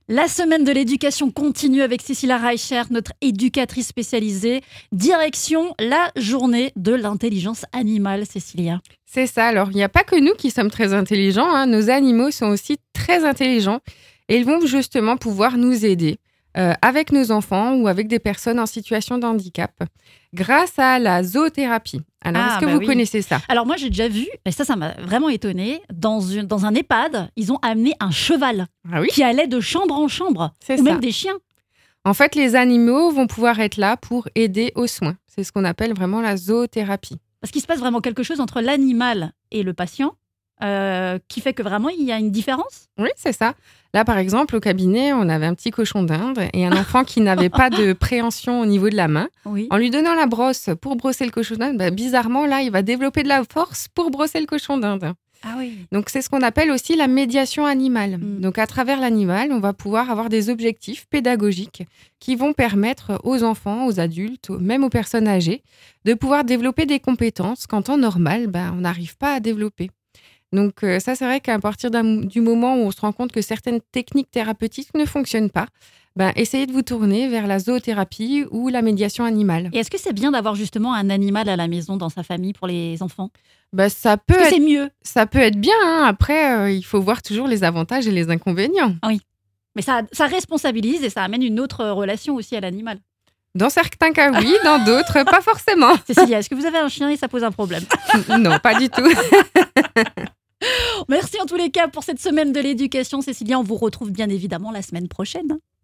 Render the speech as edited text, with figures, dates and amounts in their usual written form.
La semaine de l'éducation continue avec Cécilia Reichert, notre éducatrice spécialisée. Direction la journée de l'intelligence animale, Cécilia. C'est ça, alors il n'y a pas que nous qui sommes très intelligents, hein. Nos animaux sont aussi très intelligents et ils vont justement pouvoir nous aider avec nos enfants ou avec des personnes en situation de handicap grâce à la zoothérapie. Alors, est-ce que vous connaissez ça ? Alors moi j'ai déjà vu, et ça m'a vraiment étonnée, dans un EHPAD, ils ont amené un cheval qui allait de chambre en chambre, même des chiens. En fait, les animaux vont pouvoir être là pour aider aux soins. C'est ce qu'on appelle vraiment la zoothérapie. Parce qu'il se passe vraiment quelque chose entre l'animal et le patient qui fait que vraiment il y a une différence ? Oui, c'est ça. Là, par exemple, au cabinet, on avait un petit cochon d'Inde et un enfant qui n'avait pas de préhension au niveau de la main. Oui. En lui donnant la brosse pour brosser le cochon d'Inde, bizarrement, là, il va développer de la force pour brosser le cochon d'Inde. Ah oui. Donc, c'est ce qu'on appelle aussi la médiation animale. Donc, à travers l'animal, on va pouvoir avoir des objectifs pédagogiques qui vont permettre aux enfants, aux adultes, même aux personnes âgées, de pouvoir développer des compétences qu'en temps normal, on n'arrive pas à développer. Donc ça, c'est vrai qu'à partir du moment où on se rend compte que certaines techniques thérapeutiques ne fonctionnent pas, essayez de vous tourner vers la zoothérapie ou la médiation animale. Et est-ce que c'est bien d'avoir justement un animal à la maison dans sa famille pour les enfants ? Ça peut est-ce que c'est mieux ? Ça peut être bien, hein. Après, il faut voir toujours les avantages et les inconvénients. Oui, mais ça responsabilise et ça amène une autre relation aussi à l'animal. Dans certains cas, oui. Dans d'autres, pas forcément. Cécilia, est-ce que vous avez un chien et ça pose un problème ? Non, pas du tout. Merci en tous les cas pour cette semaine de l'éducation. Cécilia, on vous retrouve bien évidemment la semaine prochaine.